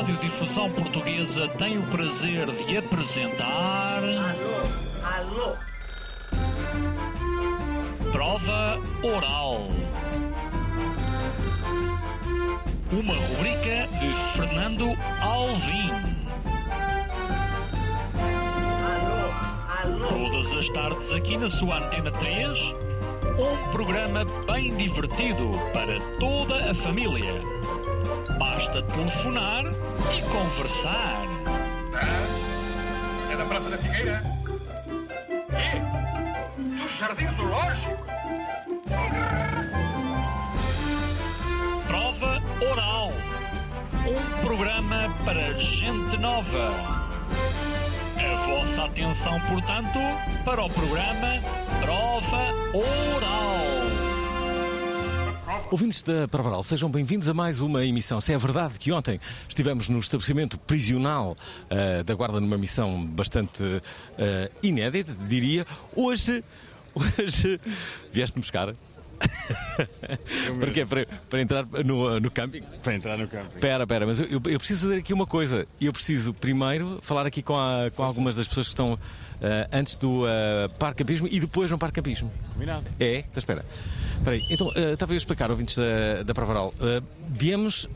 Radiodifusão Portuguesa tem o prazer de apresentar... Alô? Prova Oral. Uma rubrica de Fernando Alvim. Alô? Todas as tardes aqui na sua Antena 3, um programa bem divertido para toda a família. Basta telefonar e conversar. É da Praça da Figueira? E? Dos Jardins do Lógico? Prova Oral. Um programa para gente nova. A vossa atenção, portanto, para o programa Prova Oral. Ouvintes da Prova Oral, sejam bem-vindos a mais uma emissão. Se é verdade que ontem estivemos no estabelecimento prisional da Guarda numa missão bastante inédita, diria, hoje vieste-me buscar. Porque para entrar no camping? Para entrar no camping. Espera, mas eu preciso fazer aqui uma coisa. Eu preciso primeiro falar aqui com algumas das pessoas que estão antes do parque campismo e depois no parque campismo. Combinado. É? Então espera. Espera aí. Então, estava a explicar, ouvintes da Prova Oral. Viemos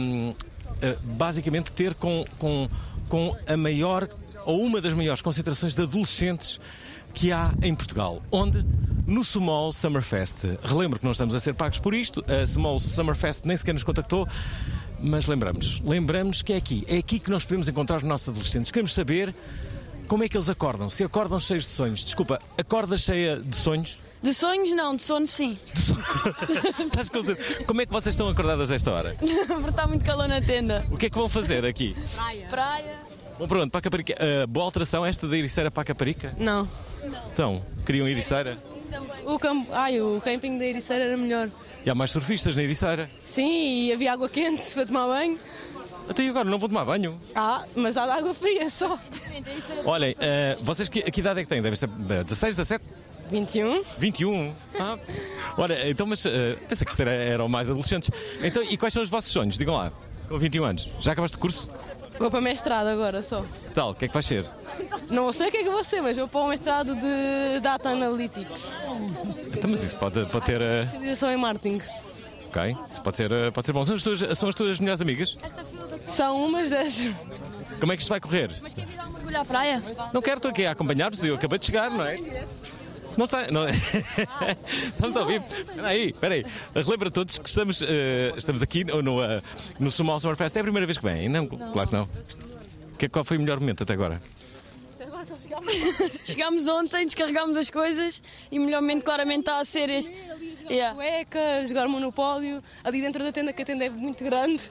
basicamente ter com a maior ou uma das maiores concentrações de adolescentes que há em Portugal. Onde? No Small Summer Fest. Relembro que não estamos a ser pagos por isto. A Small Summer Fest nem sequer nos contactou. Mas lembramos que é aqui que nós podemos encontrar os nossos adolescentes. Queremos saber como é que eles acordam. Se acordam cheios de sonhos. Desculpa, acorda cheia de sonhos? De sonhos não, de sono sim. Estás a dizer, como é que vocês estão acordadas a esta hora? Porque está muito calor na tenda. O que é que vão fazer aqui? Praia. Bom, pronto, para a Caparica. Boa alteração esta da Ericeira para a Caparica? Não. Então, queriam Ericeira? O camping da Ericeira era melhor. E há mais surfistas na Ericeira? Sim, e havia água quente para tomar banho. Até agora não vou tomar banho. Mas há de água fria só. Olhem, vocês que idade é que têm? Devem ter 16, 17? 21. 21? Olha, então, mas pensa que isto eram mais adolescentes. Então, e quais são os vossos sonhos? Digam lá, com 21 anos. Já acabaste de curso? Vou para mestrado agora só. Tal, o que é que vais ser? Não sei o que é que vou ser, mas vou para o mestrado de Data Analytics. Então, mas isso pode ter... Especialização em marketing. Ok, isso pode ser bom. São as tuas melhores amigas? São umas das... Como é que isto vai correr? Mas quer vir dar um mergulho à praia? Não quero, estou aqui a acompanhar-vos, eu acabei de chegar, não é? Não está... Não... Estamos ao vivo. Espera aí. Relembra a todos que estamos aqui no Small Summer Fest. É a primeira vez que vêm? Não, claro que não. Qual foi o melhor momento até agora? Até agora só chegámos ontem, descarregámos as coisas e o melhor momento claramente está a ser este. Sueca, jogar Monopólio, ali dentro da tenda, que a tenda é muito grande.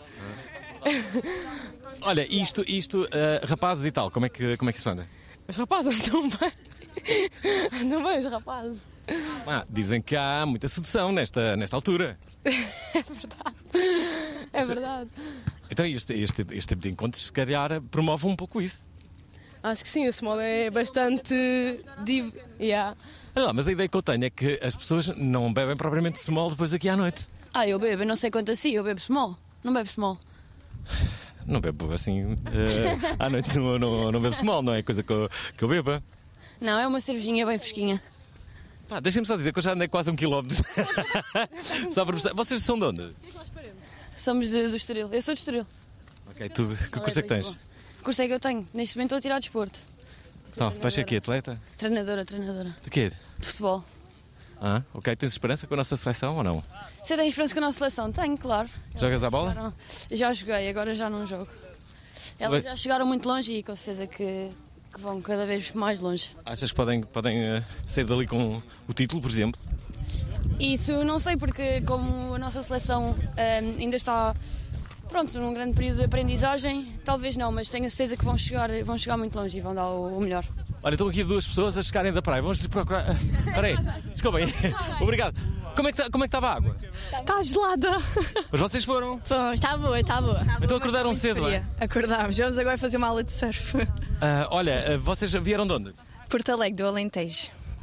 Olha, isto rapazes e tal, como é que se anda? Os rapazes andam bem. Andam bem os rapazes. Dizem que há muita sedução nesta altura. É verdade. Então este tipo de encontros, se calhar, promove um pouco isso. Acho que sim, o Small é bastante... Olha lá, mas a ideia que eu tenho é que as pessoas não bebem propriamente Small depois aqui à noite. Eu bebo, eu não sei quanto assim, eu bebo Small. Não bebo Small. Não bebo assim, à noite não bebo Small, não é coisa que eu beba. Não, é uma cervejinha bem fresquinha. Deixem-me só dizer que eu já andei quase 1 quilómetro. Só para mostrar. Vocês são de onde? Somos do Estoril. Eu sou de Estoril. Ok, tu que curso é que tens? Que curso é que eu tenho? Neste momento estou a tirar desporto. Então, vais ser aqui, atleta? Treinadora. De quê? De futebol. Ok. Tens esperança com a nossa seleção ou não? Você tem esperança com a nossa seleção? Tenho, claro. Jogas à bola? Já joguei, agora já não jogo. Elas já chegaram muito longe e com certeza que vão cada vez mais longe. Achas que podem sair dali com o título, por exemplo? Isso não sei, porque como a nossa seleção ainda está num grande período de aprendizagem, talvez não, mas tenho a certeza que vão chegar muito longe e vão dar o melhor. Olha, estão aqui 2 pessoas a chegarem da praia. Vamos-lhe procurar... Espera aí, desculpem. Obrigado. Como é que estava a água? Está gelada. Mas vocês foram? Fomos, está boa. Então acordaram cedo, não é? Acordámos, vamos agora fazer uma aula de surf. Olha, vocês vieram de onde? Porto Alegre, do Alentejo.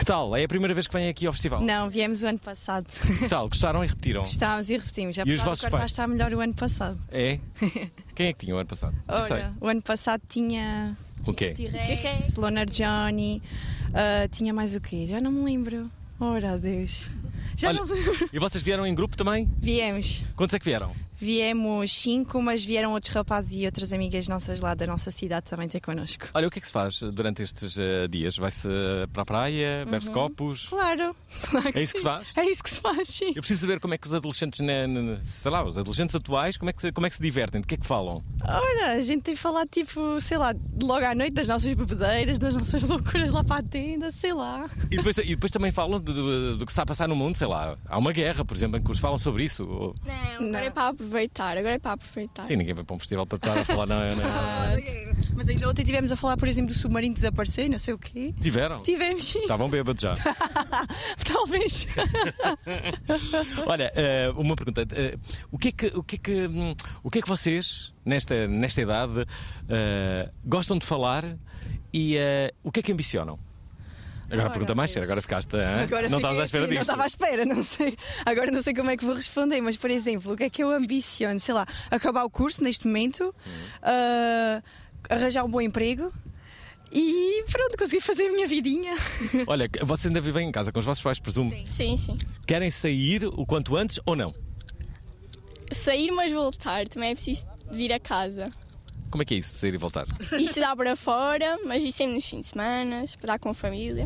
Que tal? É a primeira vez que vêm aqui ao festival? Não, viemos o ano passado. Que tal? Gostaram e repetiram? Estávamos e repetimos. E os vossos o cartaz pais? está melhor o ano passado. É? Quem é que tinha o ano passado? Não sei. Olha, o ano passado tinha O quê? T-Rex, Loner Johnny, tinha mais o quê? Já não me lembro. Ora, Deus. Já Olha, não me lembro. e vocês vieram em grupo também? Viemos. Quantos é que vieram? Viemos 5, mas vieram outros rapazes e outras amigas nossas lá da nossa cidade também ter connosco. Olha, o que é que se faz durante estes dias? Vai-se para a praia, bebe-se copos? Claro. É isso que se faz? É isso que se faz, sim. Eu preciso saber como é que os adolescentes, sei lá, os adolescentes atuais, como é que se divertem? De que é que falam? Ora, a gente tem falado tipo, sei lá, logo à noite das nossas bebedeiras, das nossas loucuras lá para a tenda, sei lá. E depois também falam do que está a passar no mundo, sei lá. Há uma guerra, por exemplo, em que eles falam sobre isso. Não, agora é para aproveitar, Sim, ninguém vai para um festival para estar a falar, não. Mas ainda ontem estivemos a falar, por exemplo, do submarino desaparecer, não sei o quê. Tiveram? Tivemos, sim. Estavam bêbados já. Talvez. Olha, uma pergunta. O que é que vocês, nesta idade, gostam de falar e o que é que ambicionam? Agora a pergunta mais séria, agora ficaste. Não estavas à espera disto. Não estava à espera, não sei. Agora não sei como é que vou responder, mas por exemplo, o que é que eu ambiciono? Sei lá, acabar o curso neste momento, arranjar um bom emprego e pronto, conseguir fazer a minha vidinha. Olha, vocês ainda vivem em casa com os vossos pais, presumo? Sim. Querem sair o quanto antes ou não? Sair, mas voltar. Também é preciso vir a casa. Como é que é isso, sair e voltar? E estudar para fora, mas ir sempre nos fins de semana, para estar com a família.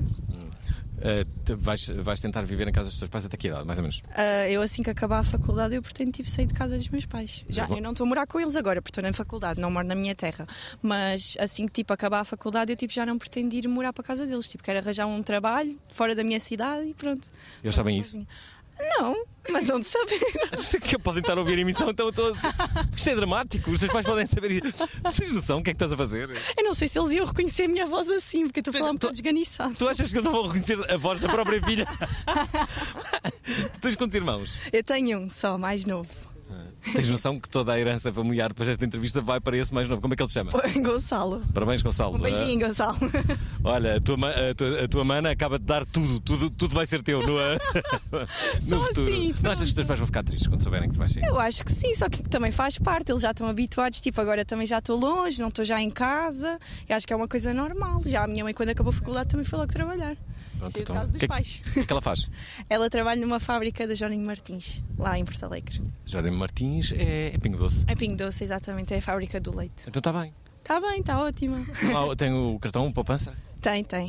Vais tentar viver em casa dos teus pais até que idade, mais ou menos? Eu assim que acabar a faculdade eu pretendo tipo, sair de casa dos meus pais. Eu não estou a morar com eles agora, porque estou na faculdade, não moro na minha terra. Mas assim que tipo, acabar a faculdade eu tipo, já não pretendo ir morar para a casa deles. Tipo, quero arranjar um trabalho fora da minha cidade e pronto. Eles sabem isso? Não, mas onde saber? Que podem estar a ouvir a emissão, então isto é dramático, os teus pais podem saber isso. Tens noção o que é que estás a fazer? Eu não sei se eles iam reconhecer a minha voz assim, porque eu estou a falar um bocado desganiçado. Tu achas que eles não vão reconhecer a voz da própria filha? Tu tens quantos irmãos? Eu tenho um só, mais novo. Tens noção que toda a herança familiar depois desta entrevista vai para esse mais novo? Como é que ele se chama? Gonçalo. Parabéns, Gonçalo. Um beijinho, Gonçalo. Olha, a tua mana acaba de dar tudo vai ser teu no futuro. Assim, não achas que os teus pais vão ficar tristes quando souberem que tu vais sair? Eu acho que sim, só que também faz parte, eles já estão habituados, tipo, agora também já estou longe, não estou já em casa, e acho que é uma coisa normal. Já a minha mãe, quando acabou a faculdade, também foi logo trabalhar. Pronto, Saiu de então, casa dos o que pais. é que ela faz? Ela trabalha numa fábrica da Jerónimo Martins, lá em Porto Alegre. Jerónimo Martins é Pingo Doce. É Pingo Doce, exatamente, é a fábrica do leite. Então está bem. Está bem, está ótima. Tem o cartão poupança? Tem.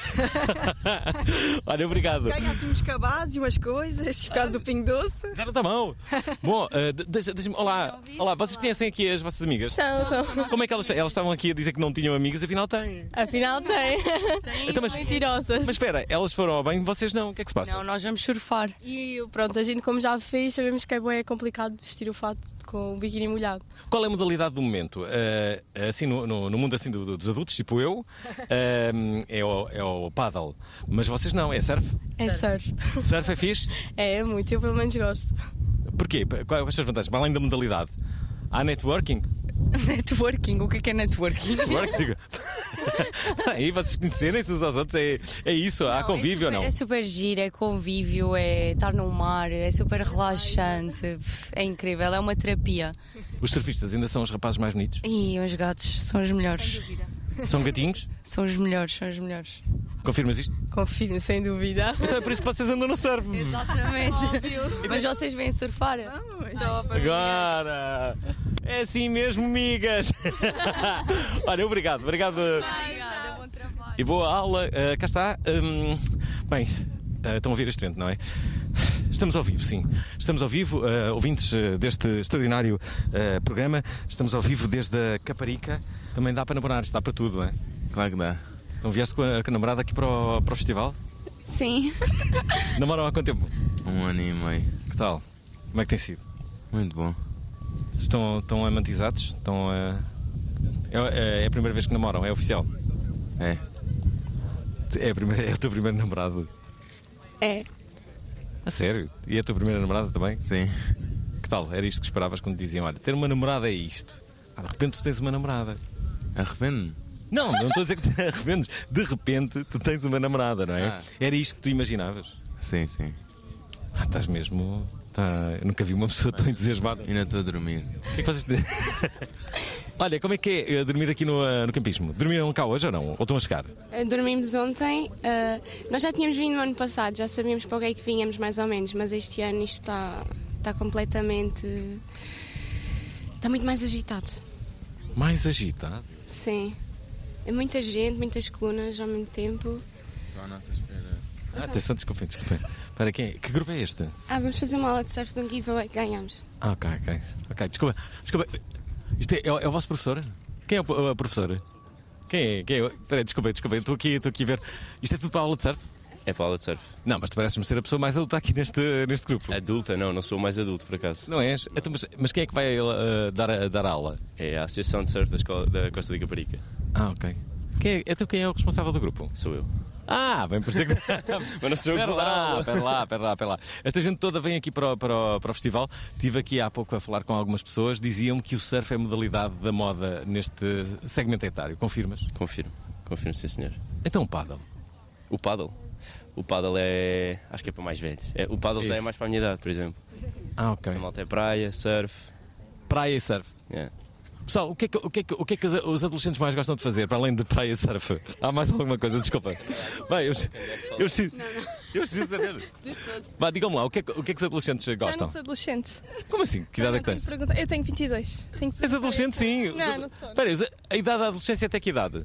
Olha, obrigado. Ganha-se uns cabazes e umas coisas, por causa do Pingo Doce. Já não está mal. Bom, deixa-me. Olá, vocês conhecem aqui as vossas amigas? São. Como é que elas estavam aqui a dizer que não tinham amigas, afinal têm? Afinal tem. Então, Mentirosas. Mas espera, elas foram ao banho, vocês não. O que é que se passa? Não, nós vamos surfar. E pronto, a gente como já fez, sabemos que é complicado vestir o fato com o biquíni molhado. Qual é a modalidade do momento? Assim, no mundo assim dos adultos, tipo eu, é o paddle. Mas vocês não, é surf? É surf. Surf é fixe? É muito, eu pelo menos gosto. Porquê? Quais são as vantagens? Para além da modalidade, há networking? Networking, o que é networking? Networking? Aí vocês conhecerem-se uns aos outros, é isso, há convívio ou não? É super giro, é convívio, é estar no mar, é super relaxante, é incrível, é uma terapia. Os surfistas ainda são os rapazes mais bonitos? E os gatos são os melhores. São gatinhos? São os melhores. Confirmas isto? Confirmo, sem dúvida. Então é por isso que vocês andam no surf. Exatamente. Mas vocês vêm surfar? Vamos. Agora! É assim mesmo, migas! Olha, obrigado. Obrigada, bom trabalho. E boa aula. Cá está. Bem, estão a ouvir este vento, não é? Estamos ao vivo, sim. Estamos ao vivo, ouvintes deste extraordinário programa. Estamos ao vivo desde a Caparica. Também dá para namorar, está para tudo, não é? Claro que dá. Então vieste com a namorada aqui para o festival? Sim. Namoram há quanto tempo? 1 ano e meio. Que tal? Como é que tem sido? Muito bom. Estão amantizados? É a primeira vez que namoram? É oficial? É. É o teu primeiro namorado? É. A sério? E é a tua primeira namorada também? Sim. Que tal? Era isto que esperavas quando diziam, olha, ter uma namorada é isto. De repente tu tens uma namorada. Arrependo-me? Não estou a dizer que te arrependes. De repente, tu tens uma namorada, não é? Era isto que tu imaginavas? Sim, sim. Estás mesmo... Eu nunca vi uma pessoa tão entusiasmada. Ainda estou a dormir. O que é que vocês... Olha, como é que é dormir aqui no campismo? Dormiram cá hoje ou não? Ou estão a chegar? Dormimos ontem. Nós já tínhamos vindo no ano passado, já sabíamos para o que é que vínhamos mais ou menos, mas este ano isto está completamente... Está muito mais agitado. Mais agitado? Sim. É muita gente, muitas colunas ao mesmo tempo. Estou à nossa espera. Atenção, desculpem. Espera, que grupo é este? Vamos fazer uma aula de surf de um giveaway que ganhamos. Ok, desculpa. Isto é o vosso professor? Quem é o professor? Quem é? Espera, desculpa, estou aqui a ver. Isto é tudo para a aula de surf? É para a aula de surf. Não, mas tu pareces-me ser a pessoa mais adulta aqui neste grupo. Adulta? Não sou o mais adulto, por acaso. Não és? Então, mas quem é que vai dar a aula? É a Associação de Surf da Costa da Caparica. Ok. Quem é o responsável do grupo? Sou eu. Bem, por isso é que... Mas não sou eu que vou dar aula. Espera lá. Esta gente toda vem aqui para o festival. Estive aqui há pouco a falar com algumas pessoas. Diziam-me que o surf é a modalidade da moda neste segmento etário. Confirmas? Confirmo, sim senhor. Então o paddle? O paddle? O paddle acho que é para mais velhos. O paddle já é mais para a minha idade, por exemplo. Ok. A malta é praia, surf. Praia e surf? Yeah. Pessoal, o que é que os adolescentes mais gostam de fazer, para além de praia e surf? Há mais alguma coisa? Desculpa. Bem, eu preciso saber. Digam-me lá, o que é que os adolescentes gostam? Já não sou adolescente. Como assim? Que idade é que tens? Eu tenho 22. És adolescente, sim. Não sou. Espera, a idade da adolescência até que idade?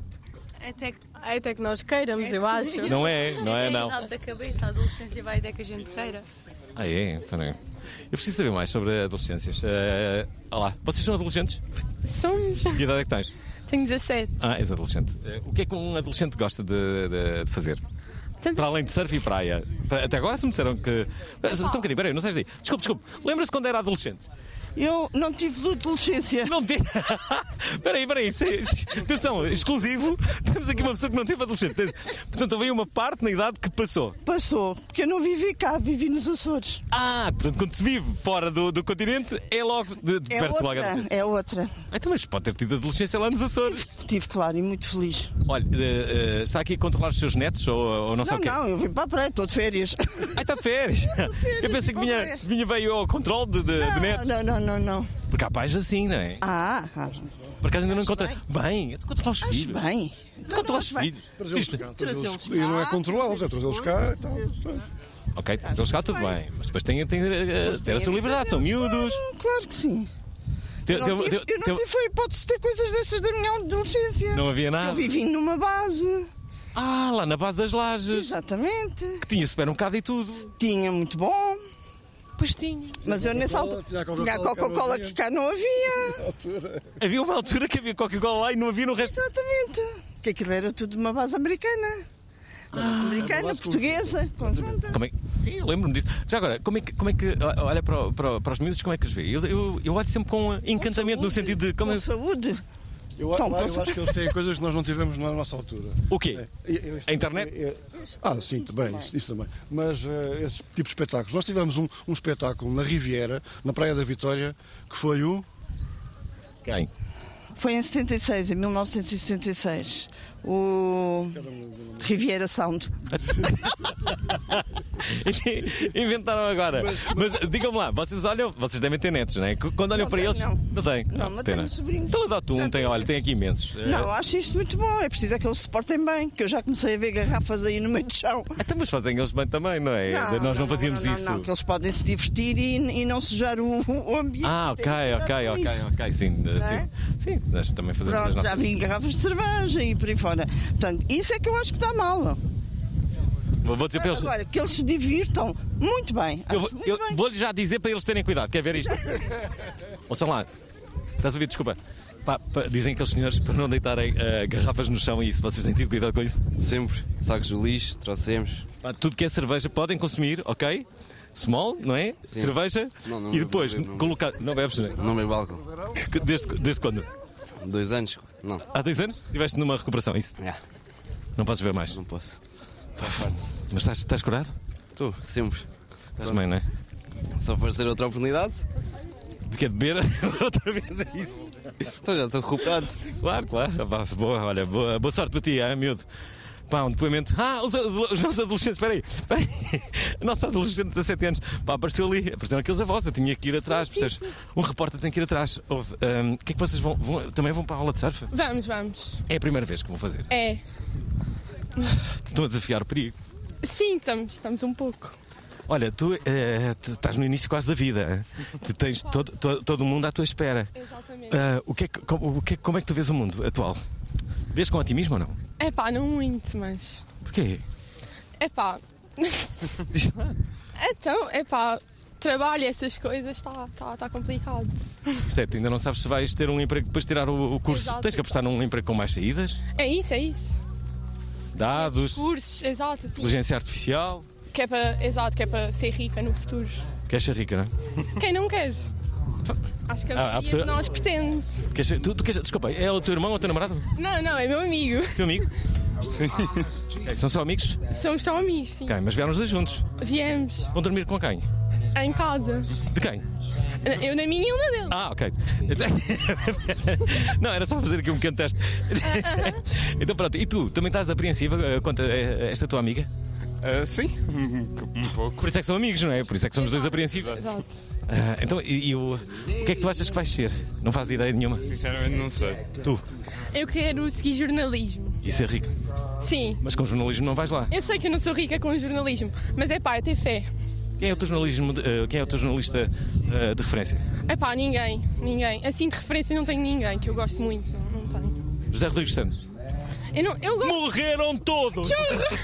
Até que nós queiramos, eu acho. Não é. A idade da cabeça, a adolescência vai até que a gente queira. É? Peraí. Eu preciso saber mais sobre adolescências. Olá, vocês são adolescentes? Somos. Que idade é que tens? Tenho 17. És adolescente. O que é que um adolescente gosta de fazer? Para além de surf e praia. Até agora se me disseram que... Só um bocadinho, peraí, não sei dizer. Desculpe. Lembra-se quando era adolescente? Eu não tive adolescência. Não tive? Espera aí. Atenção, exclusivo. Temos aqui uma pessoa que não teve adolescente. Portanto, houve uma parte na idade que passou. Passou, porque eu não vivi cá, vivi nos Açores. Portanto, quando se vive fora do continente, é logo de perto logo. É outra. Então, mas pode ter tido adolescência lá nos Açores. Tive, claro, e muito feliz. Olha, está aqui a controlar os seus netos ou não sei o quê? Não, eu vim para a praia, estou de férias. Está de férias? Eu pensei que veio ao controle de netos. Não. Porque há pais assim, não é? Por acaso ainda não encontrei. Bem, controlar os filhos. Bem. Controlar os filhos. Trazê-los cá. E não é controlá-los, é trazê-los cá e tal. Ok, trazê-los cá tudo bem. Mas depois tem ter a sua liberdade, são miúdos. Claro que sim. Eu não tive a hipótese de ter coisas dessas da minha adolescência. Não havia nada? Eu vivi numa base. Lá na base das Lajes. Exatamente. Que tinha supermercado e tudo. Tinha, muito bom. Pois tinha. Mas eu nessa altura tinha a Coca-Cola que cá não havia. Havia uma altura que havia Coca-Cola lá e não havia no resto. Exatamente. Que aquilo era tudo uma base americana. Americana, portuguesa, conjunta. Sim, eu lembro-me disso. Já agora, como é que olha para os miúdos, como é que os vê? Eu olho sempre com encantamento, no sentido de... Com saúde. Eu acho que eles têm coisas que nós não tivemos na nossa altura. O quê? A internet? Sim, também, isso também. Mas esse tipo de espetáculos. Nós tivemos um espetáculo na Riviera, na Praia da Vitória, que foi o... Quem? Foi em 76, em 1976. O Riviera Sound. Inventaram agora. Mas digam-me lá, vocês devem ter netos, não é? Quando olham para eles. Não tem. Não, mas tenho sobrinhos. Então adoto um, tem aqui imensos. Não, acho isso muito bom. É preciso que eles se portem bem, que eu já comecei a ver garrafas aí no meio do chão. Mas fazem eles bem também, não é? Nós não fazíamos isso. Não, que eles podem se divertir e não sujar o ambiente. Ok, sim, nós também fazemos. Pronto, já vi garrafas de cerveja e por aí fora. Portanto, isso é que eu acho que está mal. Vou dizer para eles... Agora, que eles se divirtam muito bem. Eu vou-lhe já dizer para eles terem cuidado. Quer ver isto? Ouçam lá. Estás a ouvir? Desculpa. Dizem aqueles senhores para não deitarem garrafas no chão e isso. Vocês têm tido cuidado com isso? Sempre. Sacos do lixo, trouxemos. Tudo que é cerveja podem consumir, ok? Small, não é? Sim. Cerveja. Não e depois colocar... Não bebes, não é? Não bebo álcool. Desde quando? 2 anos. Não. Há 2 anos? Estiveste numa recuperação, isso? Não podes beber mais? Não posso. Mas estás curado? Estou, sempre. Estás bem, não é? Se aparecer outra oportunidade, De que beber? Outra vez é isso. Então já estou recuperado. Claro. Boa, olha, boa sorte para ti, miúdo. Pá, um depoimento. Os nossos adolescentes, espera aí. A nossa adolescente de 17 anos. Pá, apareceram aqueles avós. Eu tinha que ir atrás. Percebes? Um repórter tem que ir atrás. O que é que vocês também vão para a aula de surf? Vamos. É a primeira vez que vão fazer? É. Estão a desafiar o perigo? Sim, estamos um pouco. Olha, tu estás no início quase da vida. Tu tens todo mundo à tua espera. Exatamente. Como é que tu vês o mundo atual? Vês com otimismo ou não? Não muito, mas... Porquê? Então, trabalho e essas coisas está complicado. Isto é, tu ainda não sabes se vais ter um emprego depois de tirar o curso. Exato, tens que apostar num emprego com mais saídas. É isso. Dados. Cursos, exato. Sim. Inteligência artificial. Que é para ser rica no futuro. Queres ser rica, não é? Quem não quer? Acho que a maioria de nós pretende. Desculpa, é o teu irmão ou o teu namorado? Não, é meu amigo. Teu amigo? Sim. São só amigos? Somos só amigos, sim. Mas vieram os dois juntos? Viemos. Vão dormir com quem? Em casa. De quem? Eu na minha e ele na dele. Ok. Não, era só fazer aqui um pequeno teste. Então pronto, e tu, também estás apreensiva quanto a esta tua amiga? Sim, um pouco. Por isso é que são amigos, não é? Por isso é que somos dois apreensivos. Exato. Então, o que é que tu achas que vais ser? Não fazes ideia nenhuma? Sinceramente não sei. Tu? Eu quero seguir jornalismo. E ser rica? Sim. Mas com jornalismo não vais lá? Eu sei que eu não sou rica com jornalismo, mas é ter fé. Quem é o teu jornalista de referência? Ninguém. Assim de referência não tenho ninguém, que eu gosto muito, não tenho. José Rodrigues Santos? Eu gosto... Morreram todos! Que horror!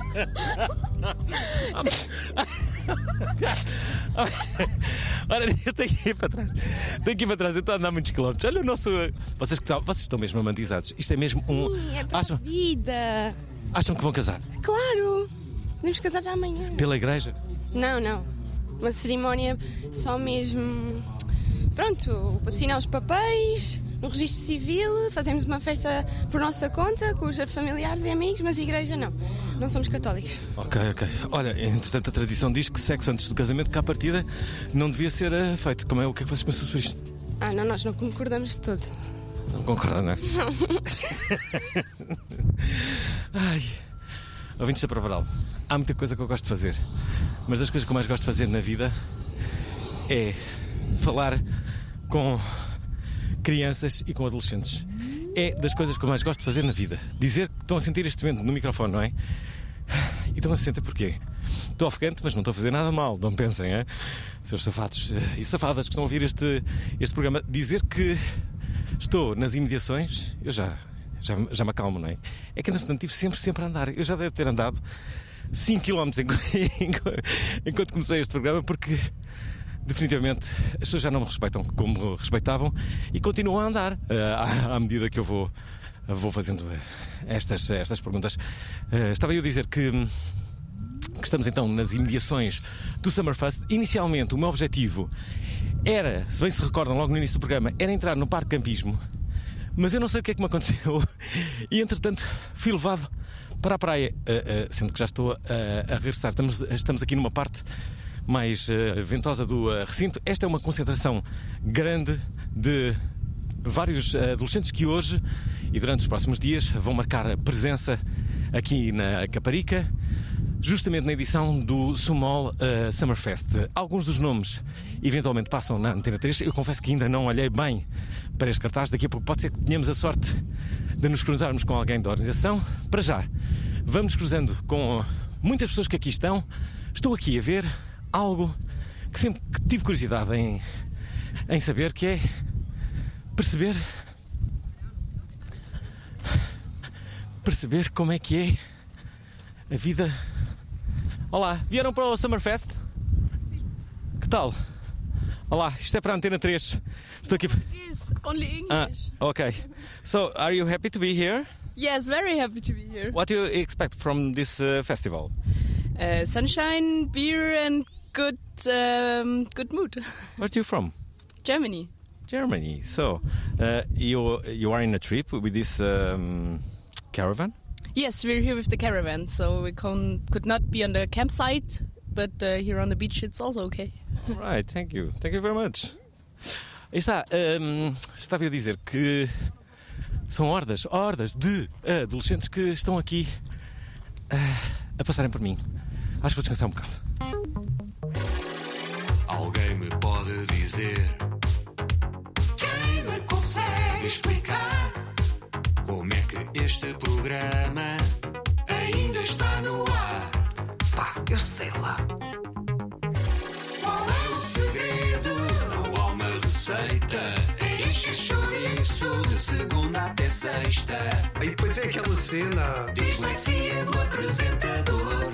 Olha, eu tenho que ir para trás. Eu estou a andar muitos quilómetros. Olha o nosso... Vocês estão mesmo amantizados. Isto é mesmo um... Sim, é para a vida. Acham que vão casar? Claro! Podemos casar já amanhã. Pela igreja? Não. Uma cerimónia só mesmo... Pronto, assinar os papéis... No registro civil, fazemos uma festa por nossa conta, com os familiares e amigos, mas a igreja não somos católicos. Ok. Olha, entretanto a tradição diz que sexo antes do casamento, que à partida não devia ser feito. O que é que vocês pensam sobre isto? Não, nós não concordamos de todo. Não concordam, não é? Não. Ai, ouvintes da Provaral, há muita coisa que eu gosto de fazer, mas das coisas que eu mais gosto de fazer na vida é falar com crianças e com adolescentes. É das coisas que eu mais gosto de fazer na vida. Dizer que estão a sentir este vento no microfone, não é? E estão a sentir porquê? Estou ofegante, mas não estou a fazer nada mal, não pensem, é? Seus safados e safadas que estão a ouvir este programa, dizer que estou nas imediações, eu já me acalmo, não é? É que entretanto estive sempre a andar. Eu já devo ter andado 5 km enquanto comecei este programa, porque definitivamente as pessoas já não me respeitam como respeitavam e continuam a andar à medida que eu vou fazendo estas perguntas. Estava eu a dizer que estamos então nas imediações do Summerfest. Inicialmente o meu objetivo era, se bem se recordam logo no início do programa, era entrar no parque de campismo, mas eu não sei o que é que me aconteceu e entretanto fui levado para a praia, sendo que já estou a regressar. Estamos aqui numa parte mais ventosa do recinto. Esta é uma concentração grande de vários adolescentes que hoje e durante os próximos dias vão marcar a presença aqui na Caparica, justamente na edição do Sumol Summerfest. Alguns dos nomes eventualmente passam na Antena 3. Eu confesso que ainda não olhei bem para este cartaz. Daqui a pouco pode ser que tenhamos a sorte de nos cruzarmos com alguém da organização. Para já, vamos cruzando com muitas pessoas que aqui estão. Estou aqui a ver algo que sempre tive curiosidade em saber, que é perceber como é que é a vida. Olá, vieram para o Summerfest? Sim. Que tal? Olá, isto é para a Antena 3. Estou aqui. Yes, only English. Ok. So, are you happy to be here? Yes, very happy to be here. What do you expect from this festival? Sunshine, beer and good mood. Where are you from? Germany. Germany. So, you are in a trip with this caravan? Yes, we're here with the caravan, so we could not be on the campsite, but here on the beach it's also okay. All right, thank you very much. Aí está. Estava a dizer que são hordas de adolescentes que estão aqui a passarem por mim. Acho que vou descansar um bocado. Alguém me pode dizer? Quem me consegue explicar? Como é que este programa ainda está no ar? Pá, eu sei lá. Qual é o segredo? Não há uma receita. É encher chouriço de segunda até sexta. E depois é aquela cena. Dislexia do apresentador.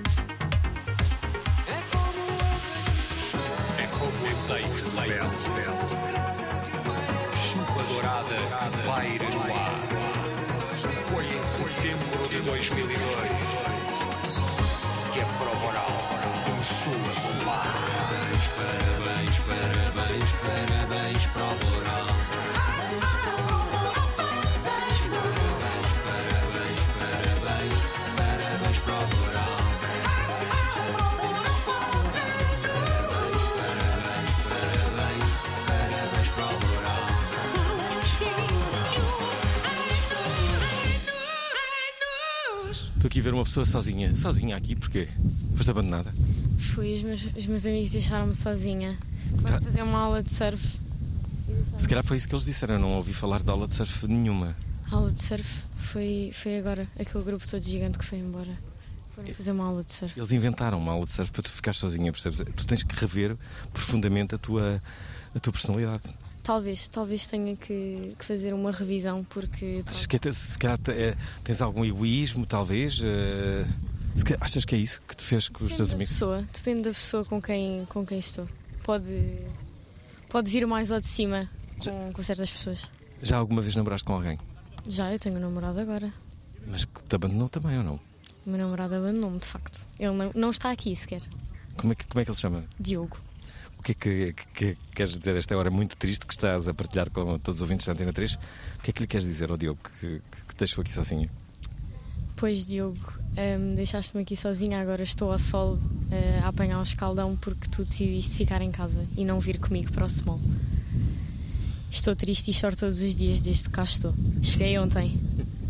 É como o azeite rebelde. Chuva dourada que paira no ar. Foi em setembro de 2002 que a prova oral começou a rolar. Parabéns, parabéns, parabéns, prova oral. Parabéns, parabéns, parabéns, prova oral. Parabéns, prova oral. Estou aqui a ver uma pessoa sozinha aqui, porquê? Foste abandonada? Fui, os meus amigos deixaram-me sozinha. Foram fazer uma aula de surf. Se calhar foi isso que eles disseram, eu não ouvi falar de aula de surf nenhuma. A aula de surf foi agora, aquele grupo todo gigante que foi embora. Foram fazer uma aula de surf. Eles inventaram uma aula de surf para tu ficares sozinha, percebes? Tu tens que rever profundamente a tua personalidade. Talvez tenha que fazer uma revisão, porque... Achas que se calhar tens algum egoísmo, talvez? Achas que é isso que te fez com os teus amigos? Depende da pessoa com quem estou. Pode vir mais ao de cima com certas pessoas. Já alguma vez namoraste com alguém? Já, eu tenho um namorado agora. Mas que te abandonou também, ou não? O meu namorado abandonou-me, de facto. Ele não está aqui sequer. Como é que ele se chama? Diogo. O que é que queres dizer? Esta hora muito triste que estás a partilhar com todos os ouvintes da Antena 3. O que é que lhe queres dizer ao Diogo que te deixou aqui sozinha? Pois, Diogo, deixaste-me aqui sozinha. Agora estou ao sol a apanhar o escaldão porque tu decidiste ficar em casa e não vir comigo para o Small. Estou triste e choro todos os dias desde que cá estou. Cheguei ontem.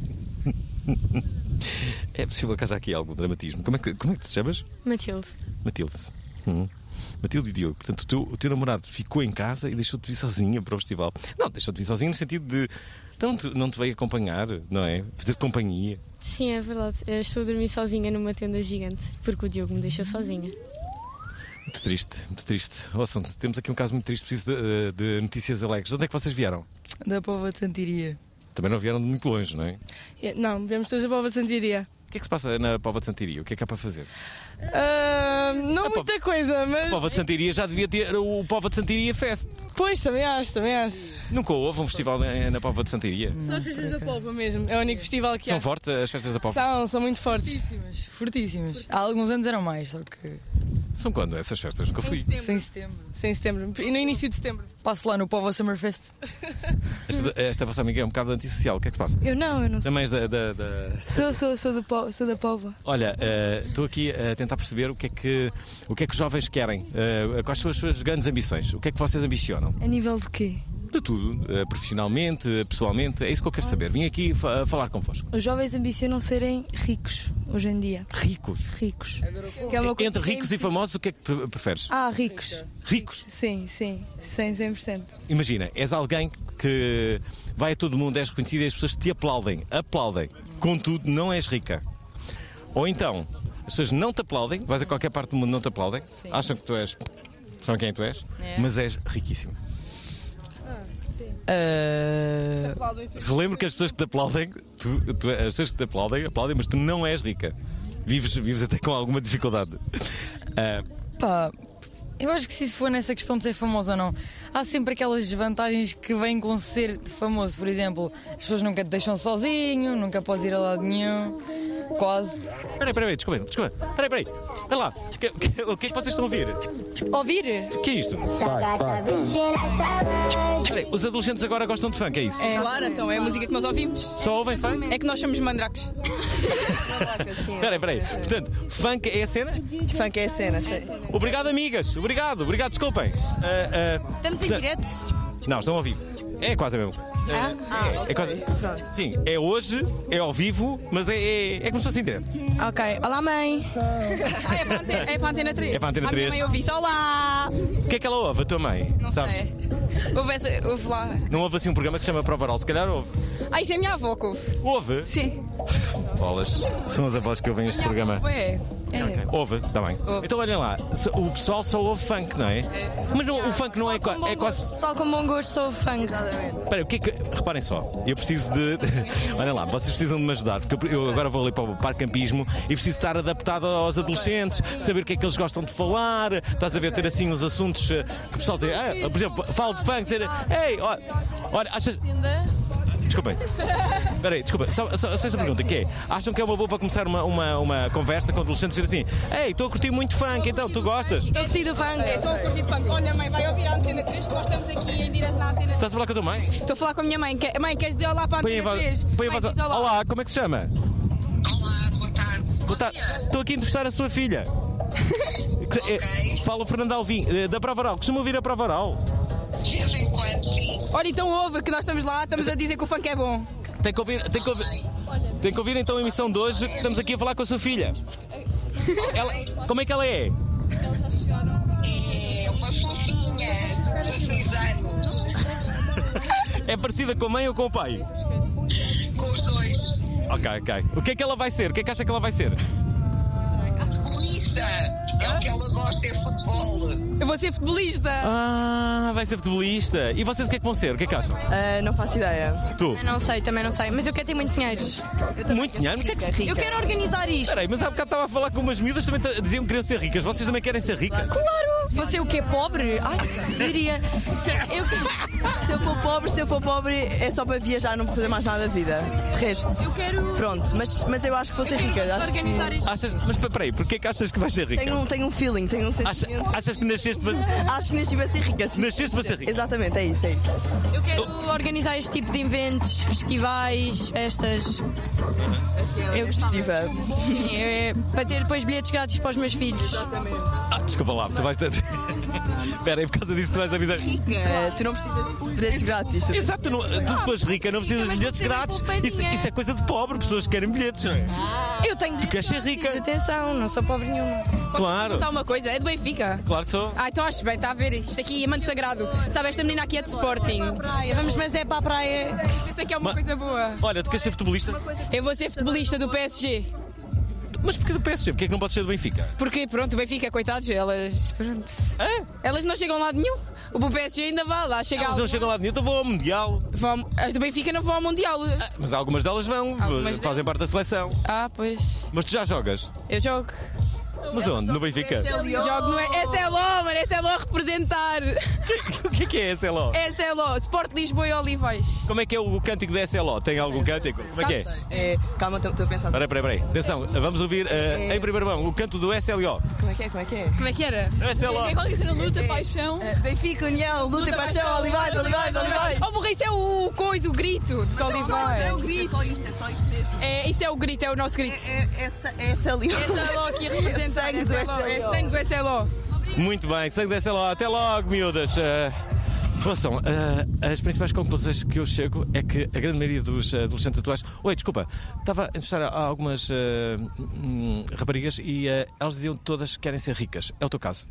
É possível que haja aqui algum dramatismo. Como é que te chamas? Matilde. Matilde e Diogo. Portanto, o teu namorado ficou em casa e deixou-te vir sozinha para o festival. Não, deixou-te vir sozinha no sentido de... Então, não te veio acompanhar, não é? Fazer-te companhia. Sim, é verdade. Eu estou a dormir sozinha numa tenda gigante porque o Diogo me deixou sozinha. Muito triste, muito triste. Ouçam, temos aqui um caso muito triste, preciso de notícias alegres. De onde é que vocês vieram? Da Póvoa de Santiria. Também não vieram de muito longe, não é? Não, viemos todos da Póvoa de Santiria. O que é que se passa na Póvoa de Santiria? O que é que há para fazer? Não muita coisa, mas... A Póvoa de Santiria já devia ter o Póvoa de Santiria Fest. Pois, também acho. Nunca houve um festival na Póvoa de Santiria? São as festas da Póvoa mesmo, é o único festival que há. São fortes as festas da Póvoa? São muito fortes. Fortíssimas. Há alguns anos eram mais, só que... São quando essas festas? Nunca fui. Em setembro. E no início de setembro. Passo lá no Póvoa Summer Fest. Esta vossa amiga é um bocado antissocial. O que é que se passa? Eu não sou. Também és Sou da Póvoa. Olha, estou aqui a tentar perceber o que é que os jovens querem. Quais são as suas grandes ambições? O que é que vocês ambicionam? A nível de quê? De tudo. Profissionalmente, pessoalmente. É isso que eu quero saber. Vim aqui falar convosco. Os jovens ambicionam serem ricos, hoje em dia. Ricos? Ricos. Entre ricos e famosos, o que é que preferes? Ricos. Ricos? Sim, 100%. Imagina, és alguém que vai a todo mundo, és reconhecido e as pessoas te aplaudem. Contudo, não és rica. Ou então, as pessoas não te aplaudem, vais a qualquer parte do mundo, não te aplaudem, sim. Acham que tu és, sabem quem tu és, mas és riquíssimo. Relembro que as pessoas que te aplaudem, as pessoas que te aplaudem, mas tu não és rica. Vives até com alguma dificuldade. Eu acho que se isso for nessa questão de ser famoso ou não, há sempre aquelas desvantagens que vêm com ser famoso. Por exemplo, as pessoas nunca te deixam sozinho, nunca podes ir a lado nenhum. Quase. Espera aí, desculpa. Espera aí. Olha lá, o que é que vocês estão a ouvir? Ouvir? O que é isto? Espera aí, os adolescentes agora gostam de funk, é isso? Claro, então é a música que nós ouvimos. Só ouvem funk? É que nós somos mandracos. Espera aí. Portanto, funk é a cena? Funk é a cena, sei. Obrigado, amigas. Obrigado, desculpem. Estamos em direto? Não, estão ao vivo. É quase a mesma coisa. É quase. Sim, é hoje, é ao vivo, mas é como se fosse em direto. Ok. Olá, mãe. É para a Antena 3. É para a Antena 3. A minha mãe ouve isso. Olá! O que é que ela ouve, a tua mãe? Não sei. Ouve lá. Não houve assim um programa que se chama Prova Oral? Se calhar ouve. Isso é a minha avó que ouve. Ouve? Sim. Bolas. São as avós que ouvem este programa. É. Okay. Ouve, está bem. Ouve. Então olhem lá, o pessoal só ouve funk, não é? Mas não, o funk não é quase. O pessoal com bom gosto só ouve funk. Espera, o que é que. Reparem só, eu preciso de. Olhem lá, vocês precisam de me ajudar, porque eu agora vou ali para o Parque Campismo e preciso estar adaptado aos adolescentes, saber o que é que eles gostam de falar. Estás a ver, ter assim uns assuntos que o pessoal tem. Por exemplo, falo de funk, dizer. Ei, olha, achas. Desculpem. Espera aí, desculpa. Só esta pergunta, que é, acham que é uma boa para começar uma conversa com adolescentes e dizer assim, ei, estou a curtir muito funk, então, tu gostas? Estou a curtir do funk. Estou a curtir do funk. Olha, mãe, vai ouvir a Antena 3, que nós estamos aqui em direto na Antena 3. Estás a falar com a tua mãe? Estou a falar com a minha mãe. Mãe, queres dizer olá para a Antena 3? Olá, como é que se chama? Olá, boa tarde. Boa tarde. Estou aqui a entrevistar a sua filha. Okay. Fala o Fernando Alvim, da Prova Oral. Costuma ouvir a Prova Oral? De vez em quando, sim. Olha, então ouve que nós estamos lá, estamos a dizer que o funk é bom. Tem que ouvir então a emissão de hoje, que estamos aqui a falar com a sua filha. Como é que ela é? Eles já chegaram. É uma fofinha de 16 anos. É parecida com a mãe ou com o pai? Com os dois. Ok. O que é que ela vai ser? O que é que acha que ela vai ser? Futebolista. É o que ela gosta, é futebol. Eu vou ser futebolista. Vai ser futebolista. E vocês o que é que vão ser? O que é que acham? Não faço ideia. Tu? Também não sei. Mas eu quero ter muito dinheiro. Muito dinheiro? Eu quero organizar isto. Espera aí, mas há bocado estava a falar com umas miúdas, também diziam que queriam ser ricas. Vocês também querem ser ricas? Claro! Você o quê? Pobre? Ai, que seria. Se eu for pobre, é só para viajar, não fazer mais nada da vida. De resto. Eu quero. Pronto, mas eu acho que vou ser rica. Organizar isto. Mas espera aí, porquê é que achas que vais ser rica? Tenho um feeling, tenho um sentimento. Achas que nasceste para. Acho que nasci para ser rica, sim. Nasceste para ser rica? Exatamente, é isso. Eu quero organizar este tipo de eventos, festivais, estas. Eu gostava. Sim, para ter depois bilhetes grátis para os meus filhos. Exatamente. Desculpa lá, tu vais ter. Espera aí, por causa disso tu vais a vida rica. Tu não precisas de bilhetes grátis. Exato, tu se fores rica não precisas de bilhetes grátis. Isso é coisa de pobre, pessoas que querem bilhetes, não é? Eu tenho bilhetes. Tu queres ser rica? Atenção, não sou pobre nenhuma. Claro. Contar uma coisa, é do Benfica. Claro que sou. Então acho bem, está a ver? Isto aqui é manto sagrado. Sabe, esta menina aqui é de Sporting. Vamos, mas é para a praia. Isso aqui é uma coisa boa. Olha, tu queres ser futebolista? Eu vou ser futebolista do PSG. Mas porquê do PSG? Porquê é que não podes ser do Benfica? Porque, pronto, o Benfica, coitados, elas. Pronto. Elas não chegam a lado nenhum. O PSG ainda vai lá. Elas não chegam a lado nenhum, então vão ao Mundial. As do Benfica não vão ao Mundial. Mas algumas delas vão, fazem parte da seleção. Pois. Mas tu já jogas? Eu jogo. Mas onde? No Benfica? Jogo no SLO, mano, SLO a representar. O que é SLO? SLO, Sport Lisboa e Olivais. Como é que é o cântico da SLO? Tem algum cântico? Como é que é? Calma, estou a pensar. Espera aí. Atenção, vamos ouvir em primeiro mão o canto do SLO. Como é que é? Como é que era? SLO. É qual que era? Luta, paixão. Benfica, União, luta, paixão, Olivais. Oh, morri, isso é o coisa, o grito dos Olivais. É o grito. É só isto mesmo. Isso é o grito, é o nosso grito. É SLO. SLO aqui a representar. Sangue do SLO. É sangue do SLO. Muito bem, sangue do SLO. Até logo, miúdas. Ouçam, as principais conclusões que eu chego é que a grande maioria dos adolescentes atuais... Oi, desculpa, estava a entrevistar algumas raparigas e elas diziam todas que querem ser ricas. É o teu caso?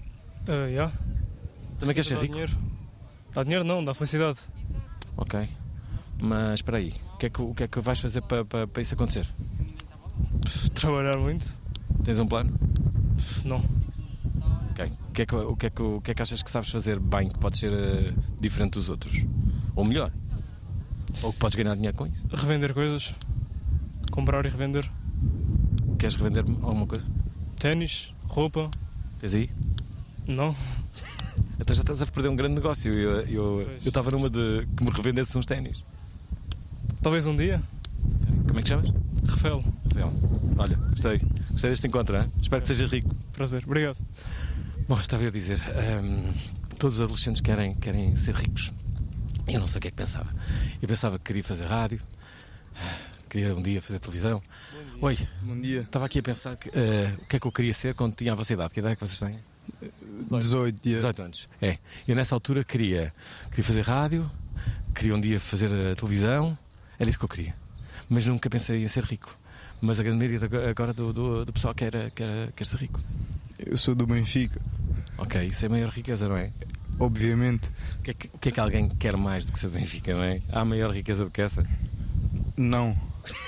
Também queres ser rico? Dinheiro. Dá dinheiro não, dá felicidade. Ok, mas espera aí, o que é que vais fazer para isso acontecer? Trabalhar muito. Tens um plano? Não. Ok. O que é que achas que sabes fazer bem, que pode ser diferente dos outros? Ou melhor? Ou que podes ganhar dinheiro com isso? Revender coisas. Comprar e revender. Queres revender alguma coisa? Ténis, roupa. Tens aí? Não. Então já estás a perder um grande negócio. Eu estava numa de que me revendesse uns ténis. Talvez um dia. Como é que chamas? Rafael. Olha, gostei deste encontro, hein? Espero que seja rico. Prazer, obrigado. Bom, estava eu a dizer, todos os adolescentes querem ser ricos. Eu não sei o que é que pensava. Eu pensava que queria fazer rádio, queria um dia fazer televisão. Oi, bom dia. Estava aqui a pensar o que é que eu queria ser quando tinha a vossa idade. Que idade é que vocês têm? 18 anos. É. Eu nessa altura queria fazer rádio, queria um dia fazer a televisão, era isso que eu queria. Mas nunca pensei em ser rico. Mas a grande maioria agora do pessoal quer ser rico. Eu sou do Benfica. Ok, isso é a maior riqueza, não é? Obviamente. O que é que alguém quer mais do que ser do Benfica, não é? Há maior riqueza do que essa? Não.